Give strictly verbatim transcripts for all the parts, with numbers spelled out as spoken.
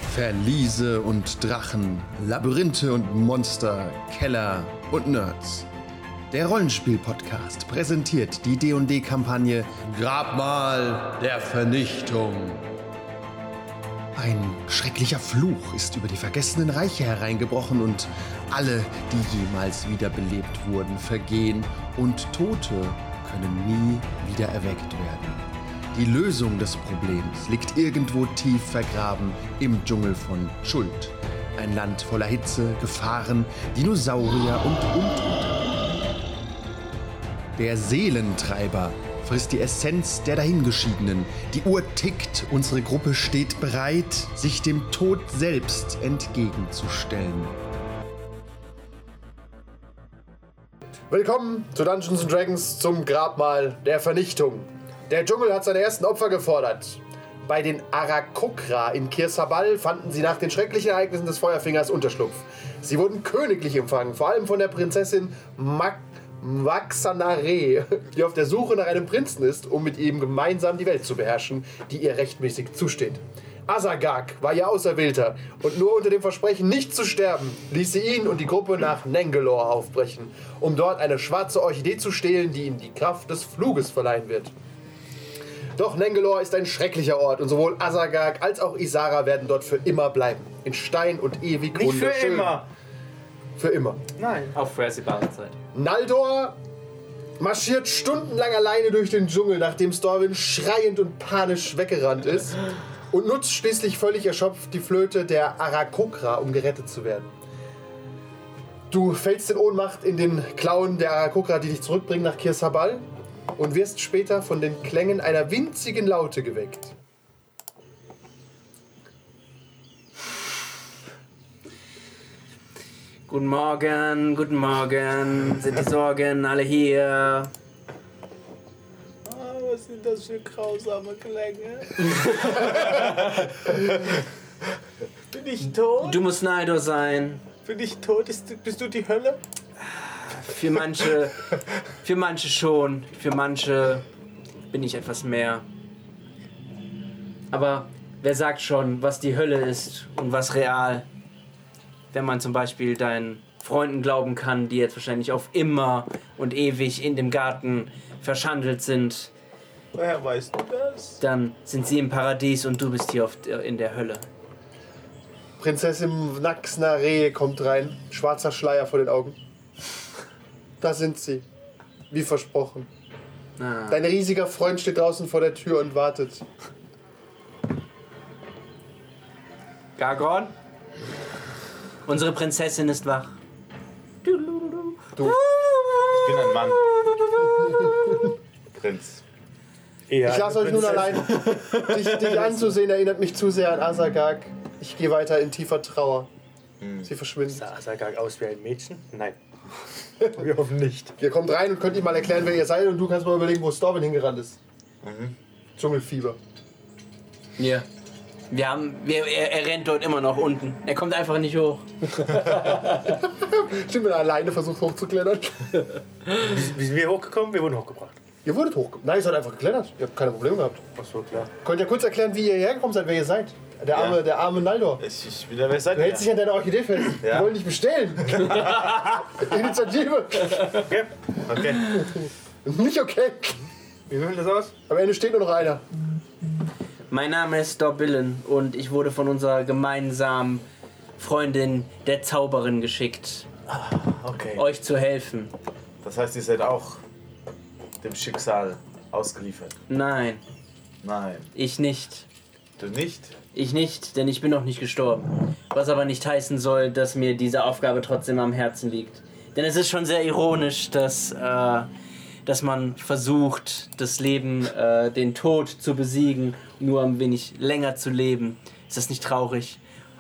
Verliese und Drachen, Labyrinthe und Monster, Keller und Nerds. Der Rollenspiel-Podcast präsentiert die D und D-Kampagne Grabmal der Vernichtung. Ein schrecklicher Fluch ist über die vergessenen Reiche hereingebrochen und alle, die jemals wiederbelebt wurden, vergehen und Tote können nie wieder erweckt werden. Die Lösung des Problems liegt irgendwo tief vergraben im Dschungel von Schuld. Ein Land voller Hitze, Gefahren, Dinosaurier und Untote. Der Seelentreiber frisst die Essenz der Dahingeschiedenen. Die Uhr tickt, unsere Gruppe steht bereit, sich dem Tod selbst entgegenzustellen. Willkommen zu Dungeons and Dragons zum Grabmal der Vernichtung. Der Dschungel hat seine ersten Opfer gefordert. Bei den Aarakocra in Kirsabal fanden sie nach den schrecklichen Ereignissen des Feuerfingers Unterschlupf. Sie wurden königlich empfangen, vor allem von der Prinzessin Mak Waxanare, die auf der Suche nach einem Prinzen ist, um mit ihm gemeinsam die Welt zu beherrschen, die ihr rechtmäßig zusteht. Azagak war ihr Auserwählter und nur unter dem Versprechen, nicht zu sterben, ließ sie ihn und die Gruppe nach Nangalore aufbrechen, um dort eine schwarze Orchidee zu stehlen, die ihnen die Kraft des Fluges verleihen wird. Doch Nangalore ist ein schrecklicher Ort und sowohl Azagak als auch Isara werden dort für immer bleiben. In Stein und ewig Nicht wunderschön. für immer. Für immer. Nein. Auf vorhersehbare Zeit. Naldor marschiert stundenlang alleine durch den Dschungel, nachdem Storwin schreiend und panisch weggerannt ist und nutzt schließlich völlig erschöpft die Flöte der Aarakocra, um gerettet zu werden. Du fällst in Ohnmacht in den Klauen der Aarakocra, die dich zurückbringen nach Kirsabal und wirst später von den Klängen einer winzigen Laute geweckt. Guten Morgen, guten Morgen. Sind die Sorgen alle hier? Oh, was sind das für grausame Klänge? Bin ich tot? Du musst Naldor sein. Bin ich tot? Ist, bist du die Hölle? Für manche, für manche schon. Für manche bin ich etwas mehr. Aber wer sagt schon, was die Hölle ist und was real? Wenn man zum Beispiel deinen Freunden glauben kann, die jetzt wahrscheinlich auf immer und ewig in dem Garten verschandelt sind, Woher weißt du das? dann sind sie im Paradies und du bist hier oft in der Hölle. Prinzessin Naxnare kommt rein, schwarzer Schleier vor den Augen. Da sind sie, wie versprochen. Ah. Dein riesiger Freund steht draußen vor der Tür und wartet. Gargon? Unsere Prinzessin ist wach. Du. Ich bin ein Mann. Prinz. Ja, Ich lasse euch nun allein. Dich, dich anzusehen erinnert mich zu sehr an Azagak. Ich gehe weiter in tiefer Trauer. Hm. Sie verschwindet. Sah Azagak aus wie ein Mädchen? Nein. Wir hoffen nicht. Ihr kommt rein und könnt ihm mal erklären, wer ihr seid, und du kannst mal überlegen, wo Storwin hingerannt ist. Mhm. Dschungelfieber. Ja. Wir haben, wir, er, er rennt dort immer noch unten. Er kommt einfach nicht hoch. Stimmt, wenn er alleine versucht hochzuklettern. Wie, wie sind wir hochgekommen? Wir wurden hochgebracht. Ihr wurdet hochgekommen. Nein, ihr seid einfach geklettert. Ihr habt keine Probleme gehabt. Ach so, klar. Könnt ihr kurz erklären, wie ihr hergekommen seid, wer ihr seid? Der arme, Ja. der arme Naldor. Ich, ich bin der, wer seid Du hältst dich ihr? an deiner Orchidee fest. Ja. Die wollen dich bestehlen. Initiative. Okay. Okay. Nicht okay. Wie sieht das aus? Am Ende steht nur noch einer. Mein Name ist Dorbillen und ich wurde von unserer gemeinsamen Freundin der Zauberin geschickt, Okay. euch zu helfen. Das heißt, ihr seid auch dem Schicksal ausgeliefert? Nein, Nein. ich nicht. Du nicht? Ich nicht, denn ich bin noch nicht gestorben. Was aber nicht heißen soll, dass mir diese Aufgabe trotzdem am Herzen liegt. Denn es ist schon sehr ironisch, dass, äh, dass man versucht, das Leben, äh, den Tod zu besiegen, nur ein wenig länger zu leben. Ist das nicht traurig?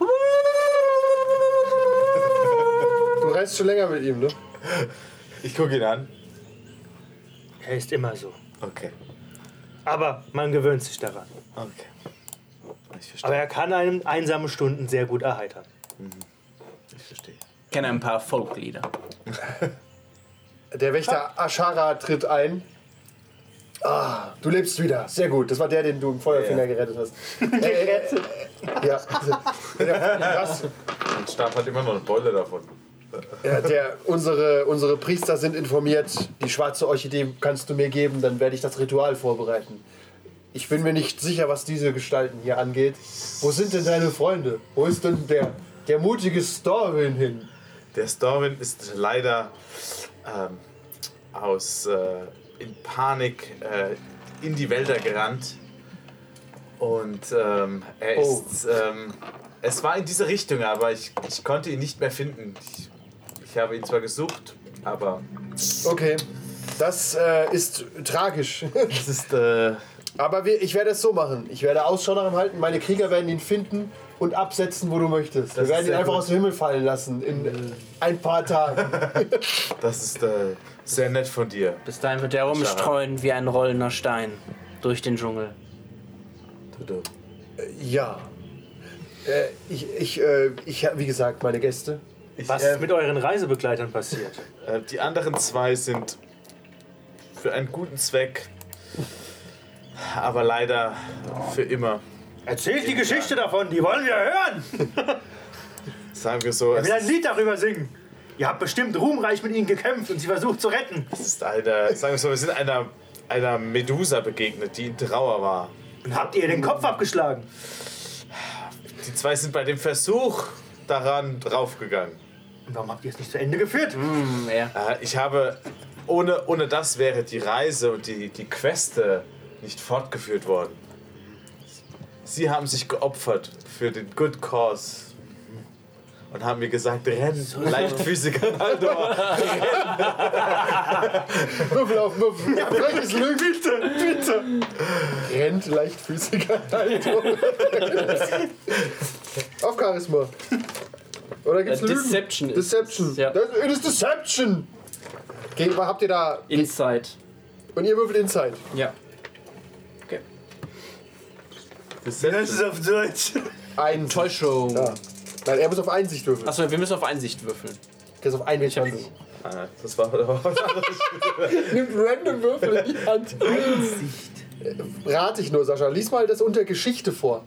Du reist schon länger mit ihm, ne? Ich gucke ihn an. Er ist immer so. Okay. Aber man gewöhnt sich daran. Okay. Ich verstehe. Aber er kann einem einsame Stunden sehr gut erheitern. Ich verstehe. Ich kenne ein paar Folklieder. Der Wächter Ashara tritt ein Ah, du lebst wieder. Sehr gut. Das war der, den du im Feuerfinger ja. gerettet hast. Gerettet? Äh, ja. Krass. Und Stab hat immer noch eine Beule davon. Ja, der, unsere, unsere Priester sind informiert. Die schwarze Orchidee kannst du mir geben, dann werde ich das Ritual vorbereiten. Ich bin mir nicht sicher, was diese Gestalten hier angeht. Wo sind denn deine Freunde? Wo ist denn der, der mutige Storwin hin? Der Storwin ist leider ähm, aus äh, in Panik äh, in die Wälder gerannt. Und ähm, er Oh. ist. Ähm, es war in diese Richtung, aber ich, ich konnte ihn nicht mehr finden. Ich, ich habe ihn zwar gesucht, aber. Okay, das äh, ist tragisch. Es ist. Äh, Aber wir, ich werde es so machen. Ich werde Ausschau nach ihm halten. Meine Krieger werden ihn finden und absetzen, wo du möchtest. Wir Das werden ist ihn sehr einfach gut. aus dem Himmel fallen lassen in äh, ein paar Tagen. das ist äh, sehr nett von dir. Bis dahin wird er rumstreuen wie ein rollender Stein durch den Dschungel. Tudu. Ja. Äh, ich, ich, äh, ich, wie gesagt, meine Gäste. Ich, Was äh, ist mit euren Reisebegleitern passiert? äh, die anderen zwei sind für einen guten Zweck, aber leider für immer. Erzählt die Geschichte davon, die wollen wir hören! Sagen wir so, Ich es will ein Lied darüber singen. Ihr habt bestimmt ruhmreich mit ihnen gekämpft und sie versucht zu retten. ist eine, sagen wir so, wir sind einer, einer Medusa begegnet, die in Trauer war. Und habt ihr den Kopf abgeschlagen? Die zwei sind bei dem Versuch daran draufgegangen. Und warum habt ihr es nicht zu Ende geführt? Hm, ja. Äh, ich habe, ohne, ohne das wäre die Reise und die, die Queste nicht fortgeführt worden. Sie haben sich geopfert für den Good Cause. Und haben mir gesagt, renn, leichtfüßiger Naldor. Würfel auf Würfel. Ja, welches Lügen? Bitte, bitte. Rennt leichtfüßiger Naldor. Auf Charisma. Oder gibt's Äh, Lügen? Deception ist- Deception. ja. Das it is Deception. Okay, habt ihr da... Insight. Und ihr würfelt Insight. Ja. Okay. Das ist auf Deutsch. Ein Täuschung. Ja. Nein, er muss auf Einsicht würfeln. Achso, wir müssen auf Einsicht würfeln. Der ist auf ein W zwanzig. Ah, das war was anderes. Nimmt random Würfel in die Hand. Einsicht. Rate ich nur, Sascha. Lies mal das unter Geschichte vor.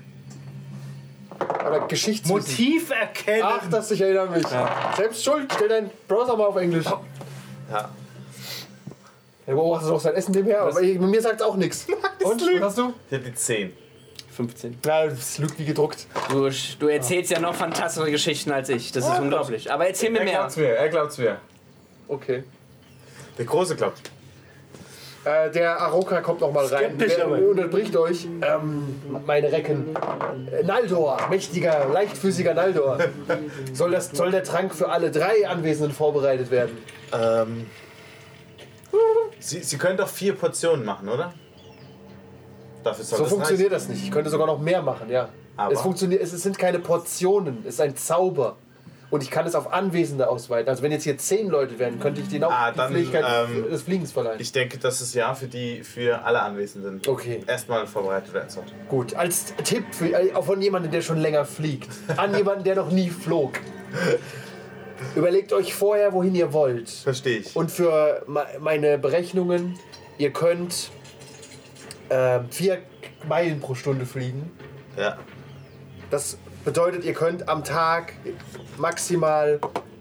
Oder Geschichtswissen. Motiv erkennen. Ach, das ich erinnere mich. Selbst schuld. Stell deinen Browser mal auf Englisch. Ja. Er beobachtet auch sein Essen nebenher, aber ich- mir sagt es auch nichts. Und, was hast du? Ich hab die zehn. fünfzehn. Na, das lügt wie gedruckt. Du, du erzählst ja noch fantastischere Geschichten als ich. Das ist unglaublich. Aber erzähl mir Er mehr. glaubt's mir, er glaubt's mir. Okay. Der Große glaubt. Äh, der Aroka kommt noch mal rein. Skeptisch, Wer aber. unterbricht euch? Ähm, meine Recken. Äh, Naldor, mächtiger, leichtfüßiger Naldor. Soll, das, soll der Trank für alle drei Anwesenden vorbereitet werden? Ähm, Sie, Sie können doch vier Portionen machen, oder? Dafür soll So das funktioniert das nicht. Ich könnte sogar noch mehr machen, ja. Aber? Es, funktioniert, es sind keine Portionen, es ist ein Zauber. Und ich kann es auf Anwesende ausweiten. Also wenn jetzt hier zehn Leute wären, könnte ich denen auch Ah, die dann, Fähigkeit ähm, des Fliegens verleihen. Ich denke, dass es ja für, die, für alle Anwesenden Okay. erstmal vorbereitet werden sollte. Gut, als Tipp für, äh, auch von jemandem, der schon länger fliegt, an jemanden, der noch nie flog. Überlegt euch vorher, wohin ihr wollt. Verstehe ich. Und für me- meine Berechnungen, ihr könnt äh, vier Meilen pro Stunde fliegen. Ja. Das bedeutet, ihr könnt am Tag maximal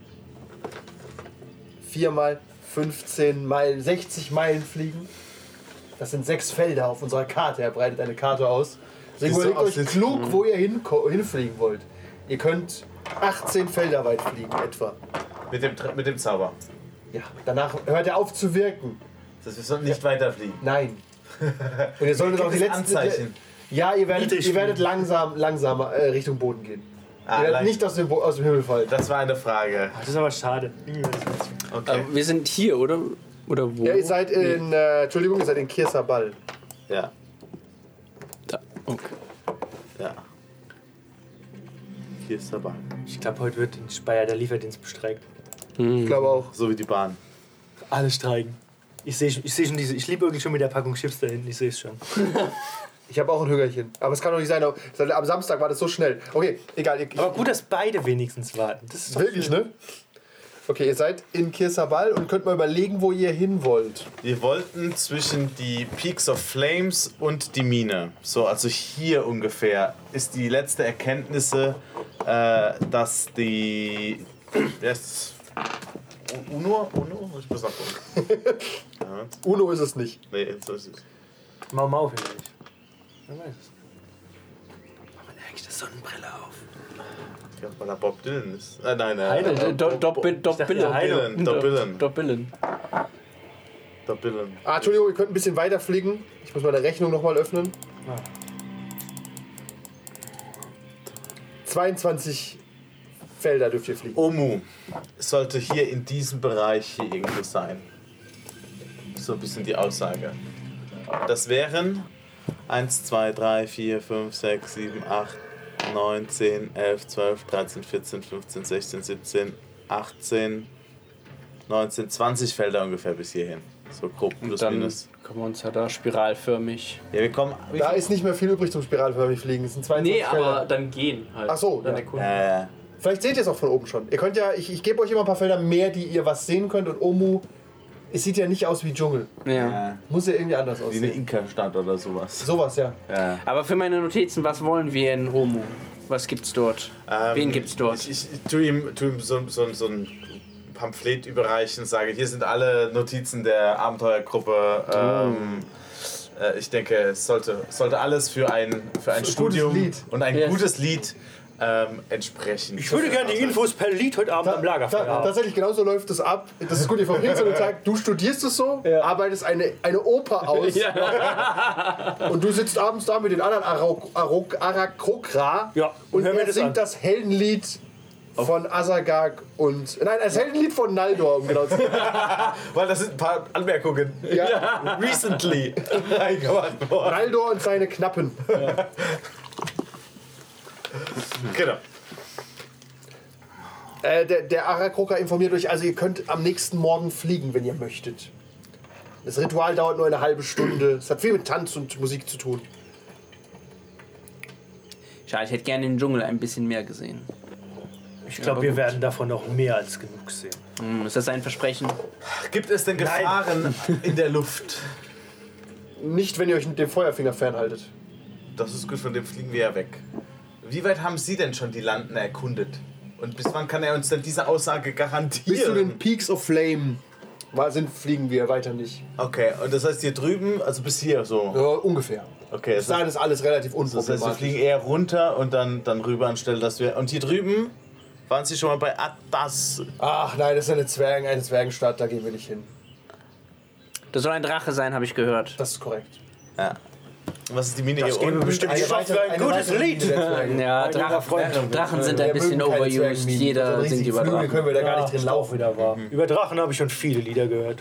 viermal fünfzehn Meilen, sechzig Meilen fliegen. Das sind sechs Felder auf unserer Karte. Er breitet eine Karte aus. Deswegen Siehst du überlegt aus euch wie- klug, wo ihr hinko- hinfliegen wollt. Ihr könnt achtzehn Felder weit fliegen etwa. Mit dem, Tra- mit dem Zauber. Ja, danach hört er auf zu wirken. Das wir sollten nicht weiterfliegen. Nein. Und ihr solltet auch die Gibt es letzten... Anzeichen? Ja, ihr werdet, Niedrig ihr werdet langsam, langsam äh, Richtung Boden gehen. Ah, ihr werdet leicht. nicht aus dem, Bo- aus dem Himmel fallen. Das war eine Frage. Das ist aber schade. Okay. Äh, wir sind hier, oder? Oder wo? Ja, ihr seid in... Äh, Entschuldigung, ihr seid in Kirsabal. Ja. Da. Okay. Ja. Hier ist der Bahn. Ich glaube, heute wird in Speyer der Lieferdienst bestreikt. Ich glaube auch. So wie die Bahn. Alle streiken. Ich sehe ich seh schon diese. Ich liebe irgendwie schon mit der Packung Chips da hinten. Ich sehe es schon. Ich habe auch ein Hüngerchen. Aber es kann doch nicht sein. Am Samstag war das so schnell. Okay, egal. Ich, Aber gut, dass beide wenigstens warten. Das ist doch wirklich, ne? Okay, ihr seid in Kirsabal und könnt mal überlegen, wo ihr hin wollt. Wir wollten zwischen die Peaks of Flames und die Mine. So, also hier ungefähr ist die letzte Erkenntnisse, äh, dass die... Wer ist das? Uno? Uno? Ich muss nachgucken. Ja. Uno ist es nicht. Nee, so ist es. Mau Mau vielleicht. Wer weiß es. Mach mal eigentlich eine Sonnenbrille auf. Ja, weil er Bob Dylan ist. Äh, nein, nein. Heide. Bob- Dob Bob- Dob Dob dachte, Billen. Heide. Dob Dylan. Dob Billen. Bob Dylan. Ah, Entschuldigung, ihr könnt ein bisschen weiter fliegen. Ich muss meine Rechnung nochmal öffnen. Ah. zweiundzwanzig Felder dürft ihr fliegen. Omu sollte hier in diesem Bereich hier irgendwo sein. So ein bisschen die Aussage. Das wären eins, zwei, drei, vier, fünf, sechs, sieben, acht, neun, zehn, elf, zwölf, dreizehn, vierzehn, fünfzehn, sechzehn, siebzehn, achtzehn, neunzehn, zwanzig Felder ungefähr bis hierhin. So grob plus Dann minus. kommen wir uns ja da spiralförmig. Ja, wir kommen. Da ist nicht mehr viel übrig zum Spiralförmig fliegen. Es sind zweiundzwanzig Nee, aber Felder. dann gehen halt. Ach so, Dann ja. erkunden. Äh, Vielleicht seht ihr es auch von oben schon. Ihr könnt ja, ich, ich gebe euch immer ein paar Felder mehr, die ihr was sehen könnt. Und Omu, es sieht ja nicht aus wie Dschungel. Ja. äh, Muss ja irgendwie anders wie eine aussehen. Inka-Stadt oder sowas. Sowas, ja. Ja. Aber für meine Notizen, was wollen wir in Omu? Was gibt's dort? Ähm, Wen gibt's dort? Ich, ich, ich tue ihm, tu ihm so, so, so ein Pamphlet überreichen und sage, hier sind alle Notizen der Abenteuergruppe. Ähm, äh, ich denke, es sollte, sollte alles für ein, für ein So ein Studium gutes Lied. und ein Yes. gutes Lied ähm, entsprechen. Ich würde gerne die Infos per Lied heute Abend am Lagerfeuer Ta haben. tatsächlich, genauso läuft es ab. Das ist gut, ihr verbringt so einen Tag, du studierst es so, Ja. arbeitest eine, eine Oper aus und du sitzt abends da mit den anderen Arok, Arok, Arakrokra Ja, und und hör mir er das singt an. das Heldenlied von Asagag und... Nein, das Heldenlied von Naldor, um genau zu sein. Weil das sind ein paar Anmerkungen. Ja. Recently eingemacht worden. Naldor und seine Knappen. Genau. Äh, der, der Arakroka informiert euch, also ihr könnt am nächsten Morgen fliegen, wenn ihr möchtet. Das Ritual dauert nur eine halbe Stunde. Es hat viel mit Tanz und Musik zu tun. Schade, ich hätte gerne den Dschungel ein bisschen mehr gesehen. Ich glaube, wir werden davon noch mehr als genug sehen. Hm, ist das ein Versprechen? Gibt es denn Gefahren in der Luft? Nicht, wenn ihr euch mit dem Feuerfinger fernhaltet. Das ist gut, von dem fliegen wir ja weg. Wie weit haben Sie denn schon die Landen erkundet? Und bis wann kann er uns denn diese Aussage garantieren? Bis zu den Peaks of Flame war- sind, fliegen wir weiter nicht. Okay, und das heißt hier drüben, also bis hier so. Ja, ungefähr. Okay, Bis das, dahin ist alles relativ das heißt, wir unproblematisch. fliegen eher runter und dann, dann rüber anstelle, dass wir... Und hier drüben waren Sie schon mal bei Atas. Ach nein, das ist eine, Zwergen, eine Zwergenstadt, da gehen wir nicht hin. Das soll ein Drache sein, habe ich gehört. Das ist korrekt. Ja. Und was ist die Mine Das hier gäbe unten? bestimmt Eine Stoff für weitere- ein eine gutes weitere Lied. Mine der Zwerge. Ja, Mein guter Drachen, Freund. Drachen sind ein Wir bisschen mögen keine overused. Zwergenminen. So Jeder einen singt riesigen über Flügel Drachen. können wir da gar nicht drin Ist auch laufen. wieder wahr. Über Drachen habe ich schon viele Lieder gehört.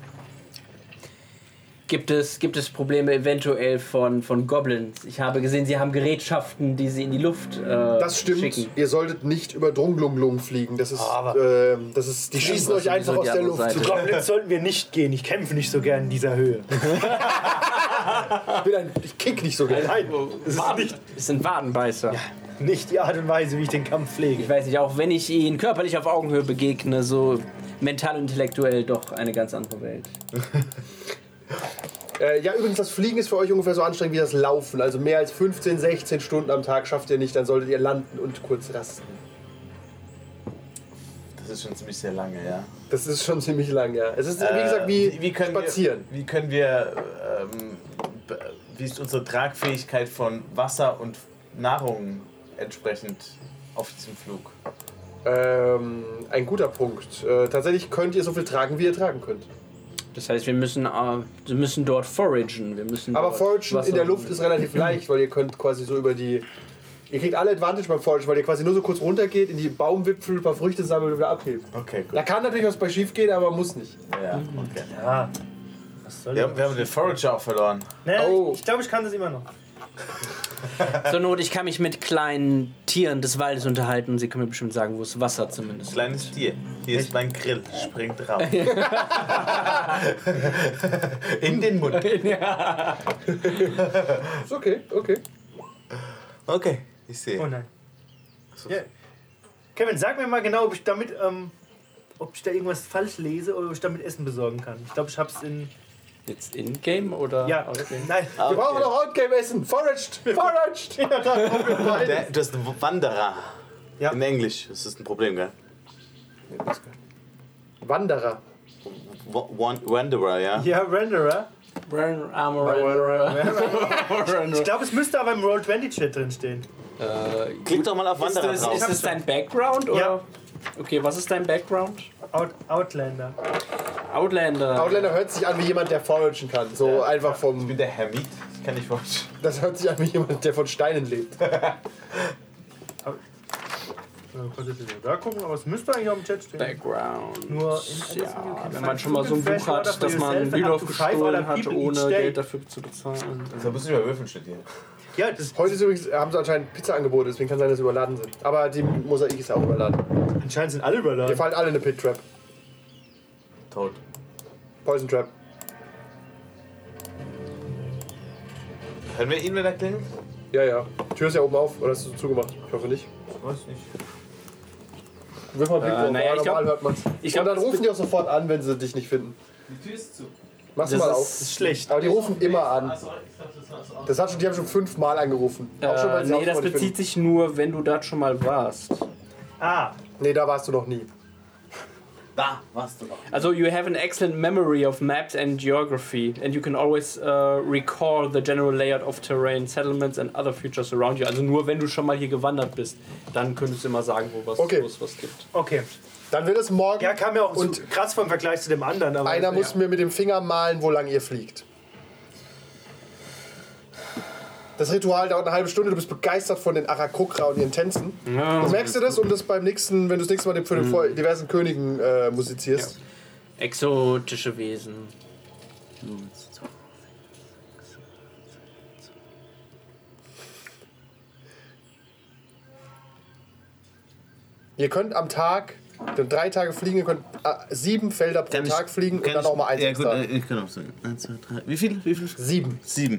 Gibt es, gibt es Probleme eventuell von, von Goblins? Ich habe gesehen, sie haben Gerätschaften, die sie in die Luft äh, Das stimmt. schicken. Ihr solltet nicht über Drunglunglung fliegen. Das ist, Aber- ähm, das ist, die schießen was euch einfach sowieso aus die der andere Luft. Seite. Zu Goblins sollten wir nicht gehen. Ich kämpfe nicht so gern in dieser Höhe. Ich, bin ein, ich kick nicht so gerne. Nein, es ist nicht, Es sind Wadenbeißer. nicht die Art und Weise, wie ich den Kampf Ich pflege. weiß nicht, auch wenn ich ihnen körperlich auf Augenhöhe begegne, so mental und intellektuell doch eine ganz andere Welt. Äh, ja, übrigens, das Fliegen ist für euch ungefähr so anstrengend wie das Laufen. Also mehr als fünfzehn, sechzehn Stunden am Tag schafft ihr nicht, dann solltet ihr landen und kurz rasten. Das ist schon ziemlich sehr lange, ja. Das ist schon ziemlich lang, ja. Es ist, wie gesagt, wie, Äh, wie können spazieren. Wir, wie können wir, ähm, b- wie ist unsere Tragfähigkeit von Wasser und Nahrung entsprechend auf diesem Flug? Ähm, ein guter Punkt. Äh, tatsächlich könnt ihr so viel tragen, wie ihr tragen könnt. Das heißt, wir müssen, äh, wir müssen dort foragen. Wir müssen Aber dort Foragen Wasser- in der Luft ist relativ leicht, weil ihr könnt quasi so über die... Ihr kriegt alle Advantage beim Foragen, weil ihr quasi nur so kurz runtergeht, in die Baumwipfel, ein paar Früchte sammelt und wieder abhebt. Okay, gut. Da kann natürlich was bei schief gehen, aber muss nicht. Ja, okay. Ja. Was soll Wir, ich? haben- wir haben den Forager auch verloren. Nee, Oh. ich glaube, ich kann das immer noch. Zur Not, ich kann mich mit kleinen Tieren des Waldes unterhalten und sie können mir bestimmt sagen, wo es Wasser zumindest Kleines Tier. Hier ist mein Grill. Springt raus. In den Mund. Ist okay, okay. Okay, ich sehe. Oh nein. Ja. Kevin, sag mir mal genau, ob ich damit ähm, ob ich da irgendwas falsch lese oder ob ich damit Essen besorgen kann. Ich glaube, ich hab's in... Jetzt in-game oder? Ja, Outgame? nein. Wir brauchen noch Outgame-Essen. Foraged! Foraged! Ja, da kommen wir beide. Der, du hast einen Wanderer. Ja. In Englisch. Das ist ein Problem, gell? Wanderer. Wa- Wan- Wanderer, ja? Ja, Renderer. Run, Armor, Ich glaube, es müsste aber im Roll zwanzig Chat drin stehen. Äh, Klick doch mal auf ist Wanderer das, drauf. ist das dein Background? Oder? Ja. Okay, was ist dein Background? Out, Outlander. Outlander. Outlander hört sich an wie jemand, der foragen kann. So Ja. einfach Ich vom. bin der Hermit. Das kann ich vorstellen. Das hört sich an wie jemand, der von Steinen lebt. Da gucken, aber es müsste eigentlich auf dem Chat stehen. Background. Nur in Ja, wenn man schon mal so ein Buch hat, dass man ein Lied gestohlen hat, ohne Geld dafür zu bezahlen. Da müssen wir Würfeln studieren. Ja, das Heute ist übrigens, haben sie anscheinend Pizza-Angebote, deswegen kann sein, dass sie überladen sind. Aber die Mosaik ist auch überladen. anscheinend sind alle Wir überladen. fallen alle in eine Pit-Trap. Tot. Poison Trap. Hören wir ihn, wenn er klingelt? Ja, ja. Die Tür ist ja oben auf, oder hast du zugemacht? Ich hoffe nicht. Weiß nicht. Wirf mal einen Blick Äh, drauf, naja, aber ich normal glaub- hört man's. ich glaub, Und dann das rufen die auch sofort an, wenn sie dich nicht finden. Die Tür ist zu. Mach's Das mal ist- auf. Das ist schlecht. Aber die rufen immer an. Das hat schon, die haben schon fünfmal angerufen. Auch schon, weil Äh, sie nee, auch das schon nicht bezieht sich nur, wenn du dort schon mal warst. Ah, finden. Nee, da warst du noch nie. Da warst du noch. Also, you have an excellent memory of maps and geography, and you can always uh, recall the general layout of terrain, settlements and other features around you. Also nur wenn du schon mal hier gewandert bist, dann könntest du immer sagen, wo was, Okay. wo es was gibt. okay. Dann wird es morgen. Ja, kam ja auch Und zu, krass vom Vergleich zu dem anderen. Aber einer ja. muss mir mit dem Finger malen, wo lang ihr fliegt. Das Ritual dauert eine halbe Stunde. Du bist begeistert von den Arakokra und ihren Tänzen. Ja. Du merkst du das und das beim nächsten, wenn du das nächste Mal für den vor- diversen Königen äh, musizierst. Exotische Wesen. Ihr könnt am Tag, ihr könnt drei Tage fliegen, ihr könnt äh, sieben Felder pro Kann ich- Tag fliegen und kann dann ich- auch mal eins Ja, gut, extra. äh, ich kann auch sagen. Eins, zwei, drei. Wie viel? Wie viel? Sieben. Sieben.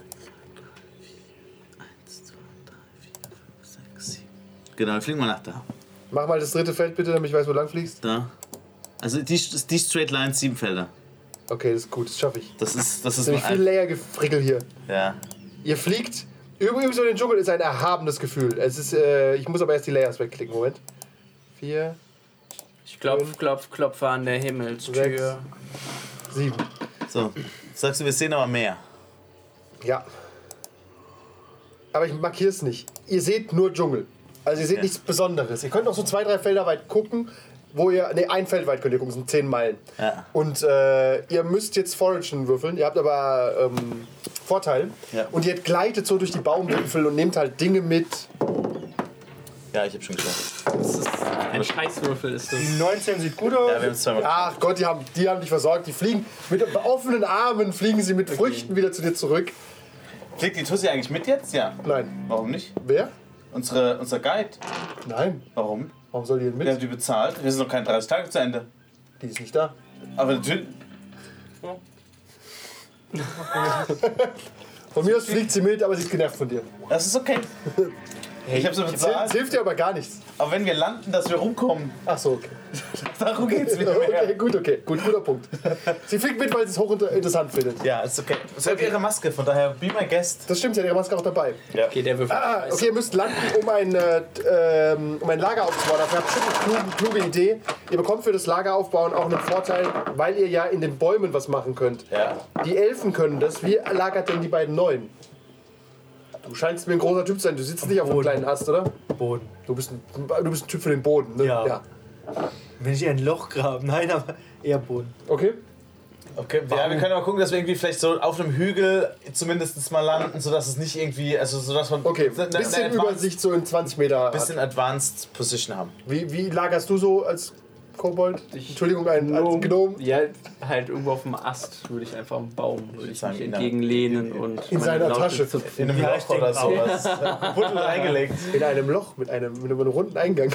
Eins, zwei, drei, vier, fünf, sechs, sieben. Genau, wir fliegen mal nach da. Mach mal das dritte Feld bitte, damit ich weiß, wo du lang fliegst. Da. Also die, die Straight Lines, sieben Felder. Okay, das ist gut, das schaffe ich. Das ist, das Es ist ist nämlich nur viel ein, Layer-Gefrickel hier. ja. Ihr fliegt. Übrigens, über den Dschungel ist ein erhabenes Gefühl. Es ist, äh, ich muss aber erst die Layers wegklicken. Moment. Vier, Ich klopf, klopf, klopfe an der Himmelstür. Sechs. sieben. So, sagst du, wir sehen aber mehr. Ja. Aber ich markiere es nicht. Ihr seht nur Dschungel. Also ihr seht Ja. nichts Besonderes. Ihr könnt noch so zwei, drei Felder weit gucken, wo ihr. Ne, ein Feld weit könnt ihr gucken, das sind zehn Meilen. Ja. Und äh, ihr müsst jetzt Foragen würfeln. Ihr habt aber ähm, Vorteil. Ja. Und ihr gleitet so durch die Baumwipfel und nehmt halt Dinge mit. Ja, ich hab schon geschafft. Das ist ein Scheißwürfel ist das. Die neunzehn sieht gut aus. Ja, wir haben es zweimal Ach Gott, die haben, die haben dich versorgt. Die fliegen mit offenen Armen, fliegen sie mit Früchten wieder zu dir zurück. Fliegt die Tussi eigentlich mit jetzt? Ja. Nein. Warum nicht? Wer? Unsere, unser Guide. Nein. Warum? Warum soll die denn Wir haben mit? die bezahlt. Wir sind noch keine dreißig Tage zu Ende. Die ist nicht da. Aber natürlich. Von mir aus fliegt sie mit, aber sie ist genervt von dir. Das ist okay. Ich habe sie Das bezahlt. hilft dir aber gar nichts. Aber wenn wir landen, dass wir rumkommen, Ach so, okay. darum geht's wieder mehr. Okay, gut, okay. Gut, guter Punkt. Sie fliegt mit, weil sie es hochinteressant findet. Ja, ist okay. Sie hat ihre Maske, von daher be my guest. Das stimmt, sie hat ihre Maske auch dabei. Okay, der Würfel. Ah, okay, ihr müsst landen, um ein, äh, ähm, um ein Lager aufzubauen. Dafür habt ihr bestimmt eine kluge, kluge Idee. Ihr bekommt für das Lager aufbauen auch einen Vorteil, weil ihr ja in den Bäumen was machen könnt. Ja. Die Elfen können das. Wie lagert denn die beiden Neuen? Du scheinst mir ein großer Typ zu sein. Du sitzt nicht auf einem kleinen Ast, oder? Boden. Du bist ein, du bist ein Typ für den Boden, ne? Ja. Wenn ich ein Loch grabe, nein, aber eher Boden. Okay. Okay, ja, wir können aber gucken, dass wir irgendwie vielleicht so auf einem Hügel zumindest mal landen, sodass es nicht irgendwie, also sodass man Okay. eine, eine Bisschen advanced, Übersicht so in zwanzig Meter. bisschen advanced Position haben. Wie, wie lagerst du so als Kobold? Entschuldigung, ein, als Gnome? Ja, halt irgendwo auf dem Ast würde ich einfach am Baum würde ich sagen, mich in entgegenlehnen und in meine seiner Laute Tasche. zupfen. In einem Ja, Loch ich denk oder auch. sowas. Buddel reingelegt. In einem Loch mit einem, mit einem runden Eingang.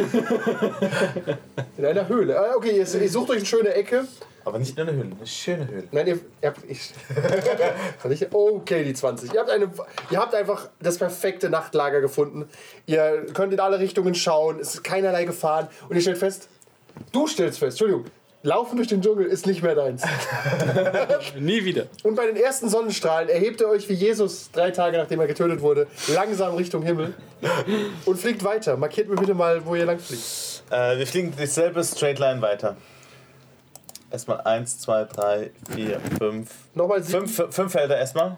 In einer Höhle. Ah, okay, ihr, ihr sucht euch eine schöne Ecke. Aber nicht nur eine Höhle, eine schöne Höhle. Nein, ihr, ihr habt. Ich, Kann ich, okay, die zwanzig. Ihr habt, eine, ihr habt einfach das perfekte Nachtlager gefunden. Ihr könnt in alle Richtungen schauen. Es ist keinerlei Gefahren. Und ihr stellt fest, Du stellst fest, Entschuldigung, Laufen durch den Dschungel ist nicht mehr deins. Nie wieder. Und bei den ersten Sonnenstrahlen erhebt ihr euch wie Jesus drei Tage nachdem er getötet wurde, langsam Richtung Himmel und fliegt weiter. Markiert mir bitte mal, wo ihr lang fliegt. Äh, wir fliegen dieselbe Straightline weiter. Erstmal eins, zwei, drei, vier, fünf. Nochmal sieben. Fünf, fünf Felder erstmal.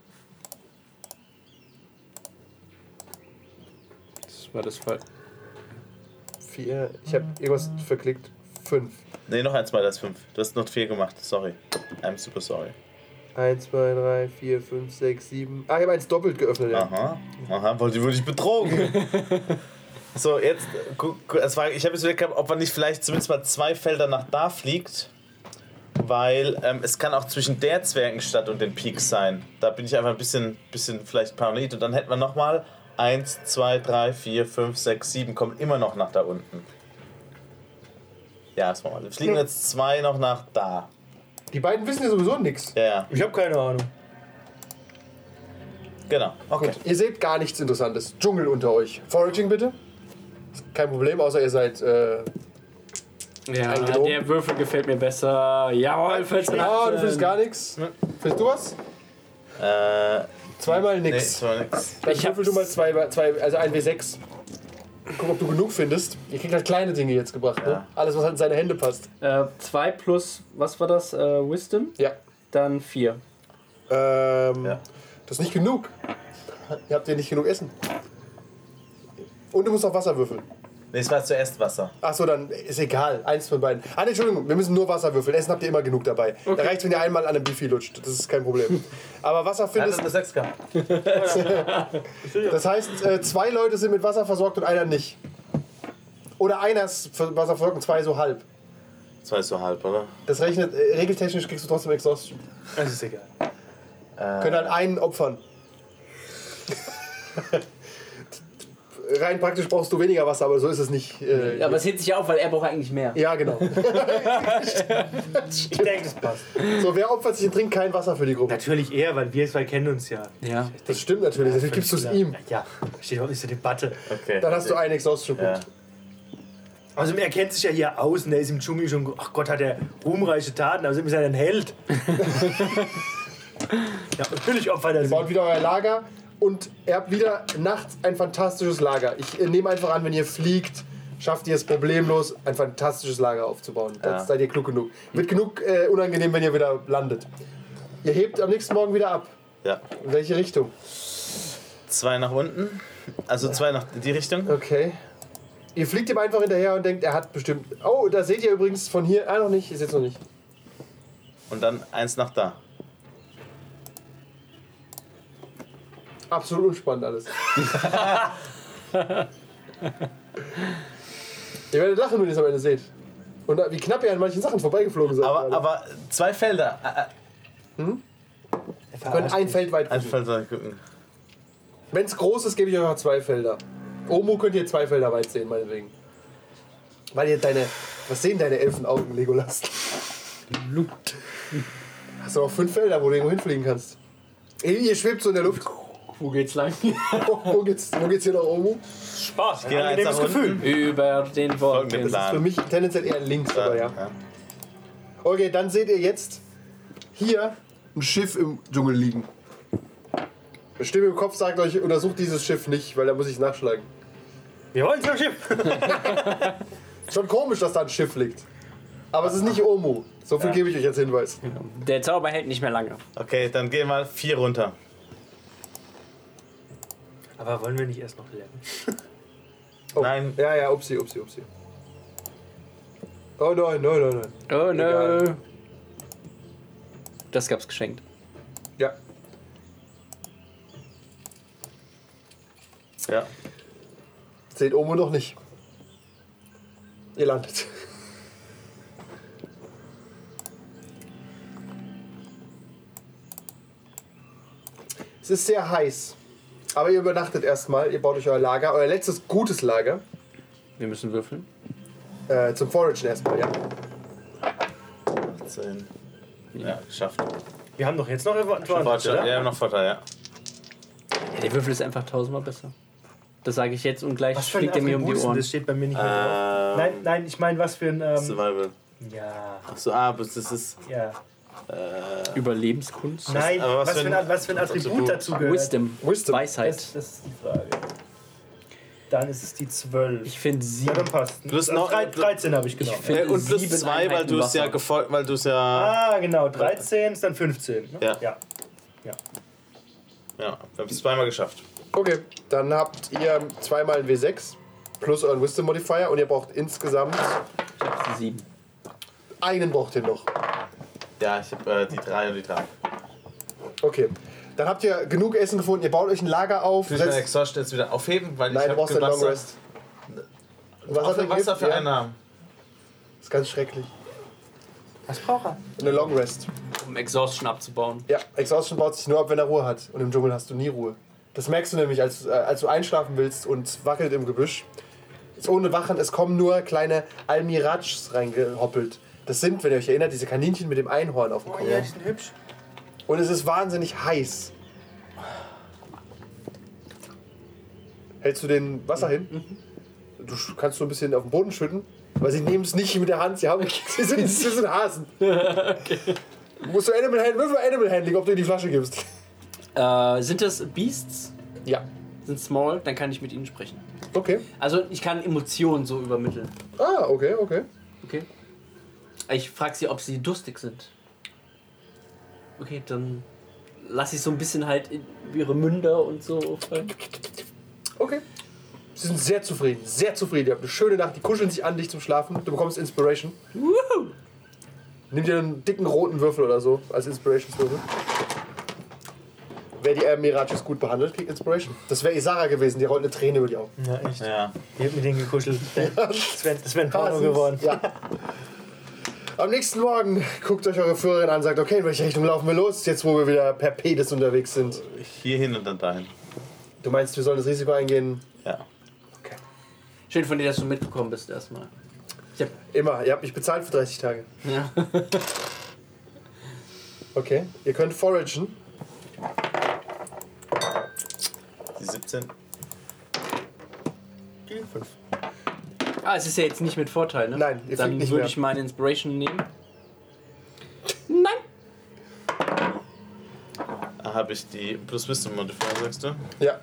Das war das Fall. Vier. Ich habe irgendwas verklickt. Fünf. Ne, noch eins, zwei, das ist fünf. Du hast noch vier gemacht, sorry. I'm super sorry. Eins, zwei, drei, vier, fünf, sechs, sieben. Ah, ich habe eins doppelt geöffnet. Ja. Aha, aha, wollte wurde ich betrogen. So, jetzt, gu- gu- es war, ich habe jetzt überlegt, ob man nicht vielleicht zumindest mal zwei Felder nach da fliegt, weil ähm, es kann auch zwischen der Zwergenstadt und den Peaks sein. Da bin ich einfach ein bisschen, bisschen vielleicht paranoid und dann hätten wir nochmal eins, zwei, drei, vier, fünf, sechs, sieben, kommen immer noch nach da unten. Ja, das machen wir. Wir fliegen jetzt zwei noch nach da. Die beiden wissen ja sowieso nichts. Ja, ja, Ich habe keine Ahnung. genau. Okay. Gut, ihr seht gar nichts Interessantes. Dschungel unter euch. Foraging bitte. Kein Problem, außer ihr seid. Äh, Ja, Eingelogen. der Würfel gefällt mir besser. Jawohl, vierzehn. ah, du findest gar nichts. Findest du was? Äh, Zweimal nee, nix. das war nix. Dann Ich würfel hab's- du mal zwei, zwei, also ein W sechs. Guck, ob du genug findest. Ihr kriegt halt kleine Dinge jetzt gebracht, ne? Ja. Alles, was halt in seine Hände passt. Äh, zwei plus, was war das? Äh, Wisdom? Ja. Dann vier. Ähm, Ja. Das ist nicht genug. Ihr habt ja nicht genug Essen. Und du musst auch Wasser würfeln. Nee, es war zuerst Wasser. Achso, dann ist egal. Eins von beiden. Ah, nee, Entschuldigung, wir müssen nur Wasser würfeln. Essen habt ihr immer genug dabei. Da reicht, wenn ihr einmal an einem Bifi lutscht. Das ist kein Problem. Aber Wasser Er hat findest eine sechs gehabt. Das heißt, äh, zwei Leute sind mit Wasser versorgt und einer nicht. Oder einer ist für Wasser versorgt und zwei so halb. Zwei ist so halb, oder? Das rechnet, äh, regeltechnisch kriegst du trotzdem Exhaustion. Das ist egal. Können halt einen opfern. Rein praktisch brauchst du weniger Wasser, aber so ist es nicht. Äh, Ja, aber es hebt sich auf, weil er braucht eigentlich mehr. ja, genau. Ich denke, das passt. So, wer opfert sich und trinkt kein Wasser für die Gruppe? Natürlich er, weil wir zwei kennen uns ja. Ja. Das stimmt natürlich, natürlich gibst du es ihm. Ja, steht auch nicht zur Debatte. Okay. Dann hast du einen Exhaustion-Punkt. Ja. Also er kennt sich ja hier aus und er ist im Dschungel schon, ach Gott, hat er ruhmreiche Taten, also ist er ein Held. Ja, natürlich opfert er Ihr sich. baut wieder euer Lager und ihr habt wieder nachts ein fantastisches Lager. Ich äh, nehme einfach an, wenn ihr fliegt, schafft ihr es problemlos, ein fantastisches Lager aufzubauen. Das Ja. seid ihr klug genug. Wird genug äh, unangenehm, wenn ihr wieder landet. Ihr hebt am nächsten Morgen wieder ab. Ja. In welche Richtung? Zwei nach unten. Also zwei nach die Richtung. Okay. Ihr fliegt ihm einfach hinterher und denkt, er hat bestimmt... Oh, da seht ihr übrigens von hier... Ah, noch nicht. Ist jetzt noch nicht. Und dann eins nach da. Absolut unspannend alles. Ihr werdet lachen, wenn ihr es am Ende seht. Und wie knapp ihr an manchen Sachen vorbeigeflogen seid. Aber, gerade. aber zwei Felder. Äh, Wir können ein Feld weit Ein gucken. Feld soll ich gucken. Wenn es groß ist, gebe ich euch noch zwei Felder. Omo könnt ihr zwei Felder weit sehen, meinetwegen. Weil ihr deine... Was sehen deine Elfenaugen, Legolas? Hast du auch fünf Felder, wo du irgendwo hinfliegen kannst. Ihr ihr schwebt so in der Luft. Wo geht's lang? Wo geht's, wo geht's hier nach Omo? Spaß, Geh ein eins angenehmes nach Gefühl. unten. Über den Folgenden Wolken. Das ist für Plan. mich tendenziell eher links, aber ja. Okay, dann seht ihr jetzt hier ein Schiff im Dschungel liegen. Eine Stimme im Kopf sagt euch, untersucht dieses Schiff nicht, weil da muss ich es nachschlagen. Wir wollen zum Schiff. Schon komisch, dass da ein Schiff liegt. Aber es ist nicht Omu. So viel gebe ich euch als Hinweis. Der Zauber hält nicht mehr lange. Okay, dann geh mal vier runter. Aber wollen wir nicht erst noch lernen? Oh. Nein. Ja, ja, upsi, upsi, upsi. Oh nein, nein, nein, nein. Oh no. Egal. Das gab's geschenkt. Ja. Ja. Seht Omu noch nicht. Ihr landet. Es ist sehr heiß. Aber ihr übernachtet erstmal, ihr baut euch euer Lager, euer letztes gutes Lager. Wir müssen würfeln. Äh, zum Foragen erstmal, ja. achtzehn. Ja, geschafft. Wir haben doch jetzt noch Advantage, Vorteil, oder? ja, noch Vorteil, ja. Ja, der Würfel ist einfach tausendmal besser. Das sage ich jetzt und gleich Was für ein fliegt er mir um die Attribut? Ohren. Das steht bei mir nicht mehr Ähm, drauf. Nein, nein, ich meine, was für ein. Ähm, Survival. ja, Achso, ah, aber das ist. ja. Überlebenskunst. Nein, aber was, was für für ein, ein was für ein Attribut Attribut? dazu gehört. Wisdom. Wisdom. Weisheit. Das, das ist die Frage. Dann ist es die zwölf. Ich finde Ja, sieben. dann passt. Plus Also noch- drei- dreizehn habe ich genommen. Ich finde Äh, und plus sieben zwei, weil Einheiten du es ja Wasser. gefolgt, weil du es ja. Ah, genau. dreizehn ist dann fünfzehn. Ne? Ja. ja. Ja, wir haben es zweimal geschafft. Okay, dann habt ihr zweimal ein W sechs plus euren Wisdom Modifier und ihr braucht insgesamt Sieben. einen braucht ihr noch. Ja, ich habe äh, die drei und die drei. Okay. Dann habt ihr genug Essen gefunden, ihr baut euch ein Lager auf. Ich will setzt- den Exhaust jetzt wieder aufheben, weil Nein, ich du habe brauchst einen Long Wasser. Rest. Wasser, Wasser, Wasser für ja. einen haben. Das ist ganz schrecklich. Was braucht er? Eine Long Rest. Um Exhaustion abzubauen. Ja, Exhaustion baut sich nur ab, wenn er Ruhe hat. Und im Dschungel hast du nie Ruhe. Das merkst du nämlich, als, äh, als du einschlafen willst und wackelt im Gebüsch. Ist ohne Wachen, es kommen nur kleine Almirajs reingehoppelt. Das sind, wenn ihr euch erinnert, diese Kaninchen mit dem Einhorn auf dem Oh Kopf. ja, die sind hübsch. Und es ist wahnsinnig heiß. Hältst du den Wasser hin? Du sch- kannst so ein bisschen auf den Boden schütten, weil sie nehmen es nicht mit der Hand. Sie, haben, sie, sind, sie sind Hasen. Musst du Animal Handling, würfel Animal Handling, ob du in die Flasche gibst. Äh, sind das Beasts? Ja. Sind small? Dann kann ich mit ihnen sprechen. Okay. Also ich kann Emotionen so übermitteln. Ah, okay, okay. Okay. Ich frage sie, ob sie durstig sind. Okay, dann lasse ich so ein bisschen halt in ihre Münder und so fallen. Okay. Sie sind sehr zufrieden, sehr zufrieden. Ihr habt eine schöne Nacht, die kuscheln sich an dich zum Schlafen. Du bekommst Inspiration. Woohoo! Nimm dir einen dicken roten Würfel oder so als Inspirationswürfel. Wer die Mirages gut behandelt, kriegt Inspiration. Das wäre Isara gewesen, die rollt eine Träne über die Augen. Ja, echt. Ja. Ich hab mit denen gekuschelt. Das wäre das wär ein Porno Hasens. geworden. Ja. Am nächsten Morgen guckt euch eure Führerin an und sagt, okay, in welche Richtung laufen wir los, jetzt wo wir wieder per Pedis unterwegs sind. Hier hin und dann dahin. Du meinst, wir sollen das Risiko eingehen? Ja. Schön von dir, dass du mitgekommen bist erstmal. Ich hab, Immer, ihr habt mich bezahlt für dreißig Tage. ja. Okay, ihr könnt foragen. Die siebzehn. Fünf. Ah, es ist ja jetzt nicht mit Vorteil, ne? Nein, ihr Dann fliegt nicht würde mehr. ich meine Inspiration nehmen. Nein! Da habe ich die plus Wisdom Modifier, sagst du? Ja.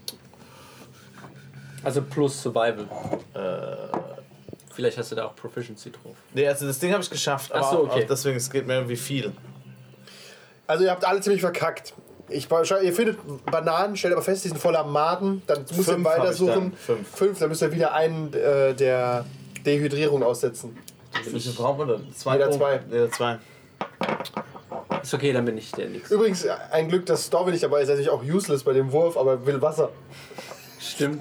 Also plus Survival. Äh, Vielleicht hast du da auch Proficiency drauf. nee, also das Ding habe ich geschafft, aber Ach so, okay. auch deswegen, es geht mir wie viel. Also ihr habt alle ziemlich verkackt. Ich, ihr findet Bananen, stellt aber fest, die sind voller Maden. Dann müsst ihr Fünf weiter hab ich dann. suchen. Fünf. Fünf, dann müsst ihr wieder einen äh, der Dehydrierung aussetzen. Wie viel brauchen wir denn? Zwei Jeder pro- zwei. Jeder zwei. Ist okay, dann bin ich der Nix. Übrigens, ein Glück, dass Stormy nicht dabei ist. Er ist natürlich auch useless bei dem Wurf, aber will Wasser. Stimmt.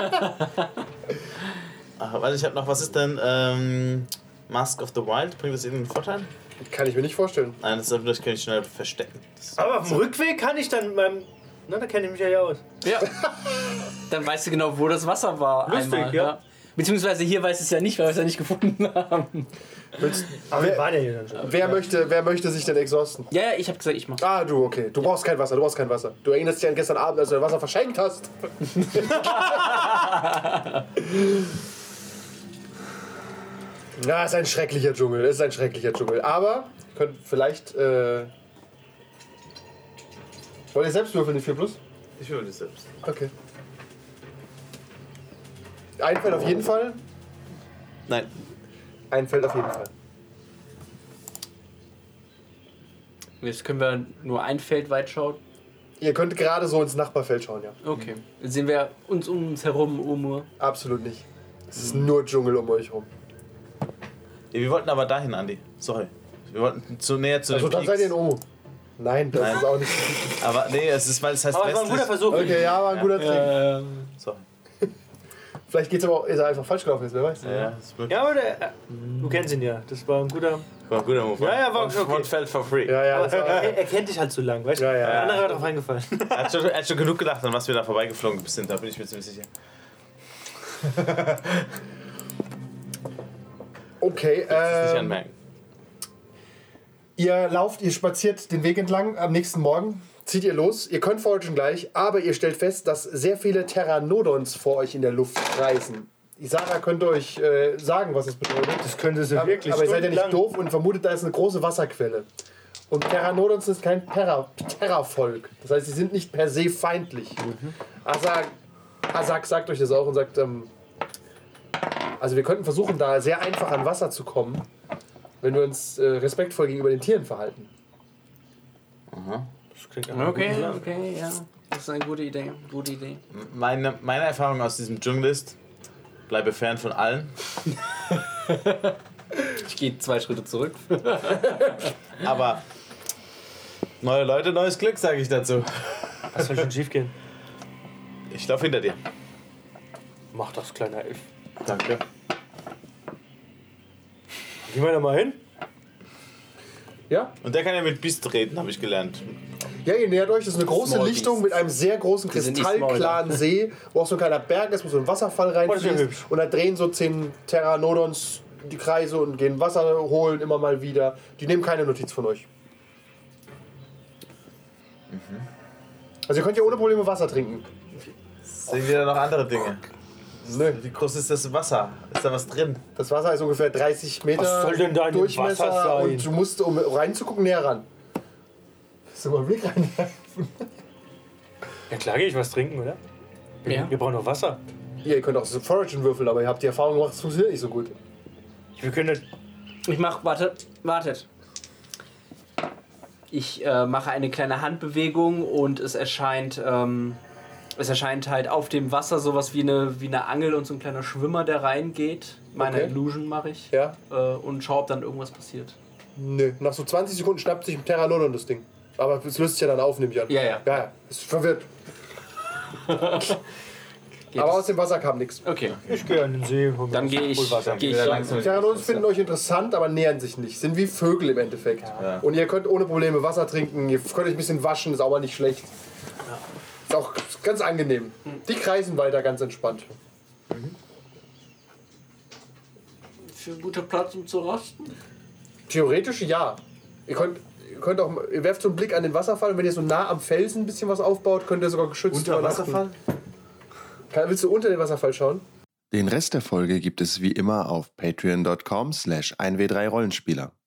Ach, warte, ich habe noch, was ist denn ähm, Mask of the Wild? Bringt das irgendeinen Vorteil? Kann ich mir nicht vorstellen. Nein, das das kann ich schnell verstecken. Das Aber auf dem Rückweg kann ich dann beim. Na, da kenne ich mich ja aus. Ja. Dann weißt du genau, wo das Wasser war. Lustig, einmal, ja. Beziehungsweise hier weiß es ja nicht, weil wir es ja nicht gefunden haben. Willst, Aber wir wer, waren ja hier dann schon. wer, möchte, wer möchte sich denn exhausten? Ja, ja, ich habe gesagt, ich mach. Ah, du, okay. Du brauchst kein Wasser, du brauchst kein Wasser. Du erinnerst dich an gestern Abend, als du dein Wasser verschenkt hast. Na, ist ein schrecklicher Dschungel, ist ein schrecklicher Dschungel. Aber, ihr könnt vielleicht, äh... Wollt ihr selbst würfeln, die vier plus? ich will das selbst. Okay. Ein Feld auf jeden Fall. Nein. Ein Feld auf jeden Fall. Jetzt können wir nur ein Feld weit schauen. Ihr könnt gerade so ins Nachbarfeld schauen, ja. Okay. Jetzt sehen wir uns um uns herum, Umur. Absolut nicht. Es ist nur Dschungel um euch rum. Ja, wir wollten aber dahin, Andi. Sorry. Wir wollten zu näher zu Also den dann seid ihr Peaks. in Omo. Nein, das Nein. ist auch nicht. Aber nee, es ist, weil es heißt Aber es war ein guter westlich. Versuch. Okay, ja, war ein guter Trick. Ähm, Sorry. Vielleicht geht's aber auch, ist er einfach falsch gelaufen jetzt, wer weiß. Ja, das ist wirklich Ja, aber der, äh, du kennst ihn ja. Das war ein guter. war ein guter Move. Ja, ja, war Und okay. One felt for free. Ja, ja, das war, Er, er kennt dich halt zu lang, weißt du? Ja, ja. Der andere hat drauf eingefallen. Er hat, schon, er hat schon genug gedacht, an was wir da vorbeigeflogen sind, da bin ich mir ziemlich sicher. okay, Das ist nicht ähm, anmerken. ihr lauft, ihr spaziert den Weg entlang am nächsten Morgen. zieht ihr los. Ihr könnt foragen gleich, aber ihr stellt fest, dass sehr viele Pteranodons vor euch in der Luft kreisen. Isara könnte euch äh, sagen, was das bedeutet. Das könnte sie aber, wirklich aber ihr seid ja nicht stundenlang. doof und vermutet, da ist eine große Wasserquelle. Und Pteranodons ist kein Terra- Terravolk. Das heißt, sie sind nicht per se feindlich. Mhm. Asak, Asak sagt euch das auch und sagt, ähm, also wir könnten versuchen, da sehr einfach an Wasser zu kommen, wenn wir uns äh, respektvoll gegenüber den Tieren verhalten. Das klingt nach einer Okay, guten Sache. okay, ja. Das ist eine gute Idee. Gute Idee. Meine, meine Erfahrung aus diesem Dschungel ist, bleibe fern von allen. Ich gehe zwei Schritte zurück. Aber neue Leute, neues Glück, sage ich dazu. Was soll schon schief gehen? Ich laufe hinter dir. Mach das, kleiner Elf. Danke. Gehen wir da mal hin? Ja? Und der kann ja mit Biest reden, habe ich gelernt. Ja, ihr nähert euch. Das ist eine große Small Lichtung Beasts. mit einem sehr großen, Die sind nicht kristallklaren See, wo auch so ein kleiner Berg ist, wo so ein Wasserfall Oh, das ist ja reinfließt. hübsch. Und da drehen so zehn Pteranodons die Kreise und gehen Wasser holen immer mal wieder. Die nehmen keine Notiz von euch. Also ihr könnt ja ohne Probleme Wasser trinken. Sehen wir da noch andere Dinge? Nö. Wie groß ist das Wasser? Ist da was drin? Das Wasser ist ungefähr dreißig Meter Was soll denn da in dem Durchmesser Wasser sein? und du musst, um reinzugucken, näher ran. Willst du mal einen Blick reinwerfen? Ja klar gehe ich was trinken, oder? Wir, Ja. wir brauchen noch Wasser. Ja, ihr könnt auch so Foragen würfeln, aber ihr habt die Erfahrung gemacht, es funktioniert nicht so gut. Wir können Ich mach, warte, wartet. Ich äh, mache eine kleine Handbewegung und es erscheint, ähm, es erscheint halt auf dem Wasser sowas wie eine, wie eine Angel und so ein kleiner Schwimmer, der reingeht. Meine Okay. Illusion mache ich. Ja? Äh, und schau, ob dann irgendwas passiert. Nö. Nach so zwanzig Sekunden schnappt sich ein Pteranodon das Ding. Aber es löst sich ja dann auf, nehme ich an. Ja, ja. Ja, ja. Ist verwirrt. Geht Aber es? aus dem Wasser kam nichts. Okay. Ich gehe an den See. hol mir Dann was- gehe ich, hol Wasser. geh ich Wieder dann- langsam. Pteranodons finden euch interessant, aber nähern sich nicht. Sind wie Vögel im Endeffekt. Ja. Und ihr könnt ohne Probleme Wasser trinken. Ihr könnt euch ein bisschen waschen, ist auch mal nicht schlecht. Ist auch ganz angenehm. Die kreisen weiter ganz entspannt. Für einen guten Platz, um zu rasten? Theoretisch ja. Ihr könnt, ihr könnt auch, ihr werft so einen Blick an den Wasserfall und wenn ihr so nah am Felsen ein bisschen was aufbaut, könnt ihr sogar geschützt Unter übernachten. Wasserfall? Kann, willst du unter den Wasserfall schauen? Den Rest der Folge gibt es wie immer auf patreon dot com slash eins w drei Rollenspieler.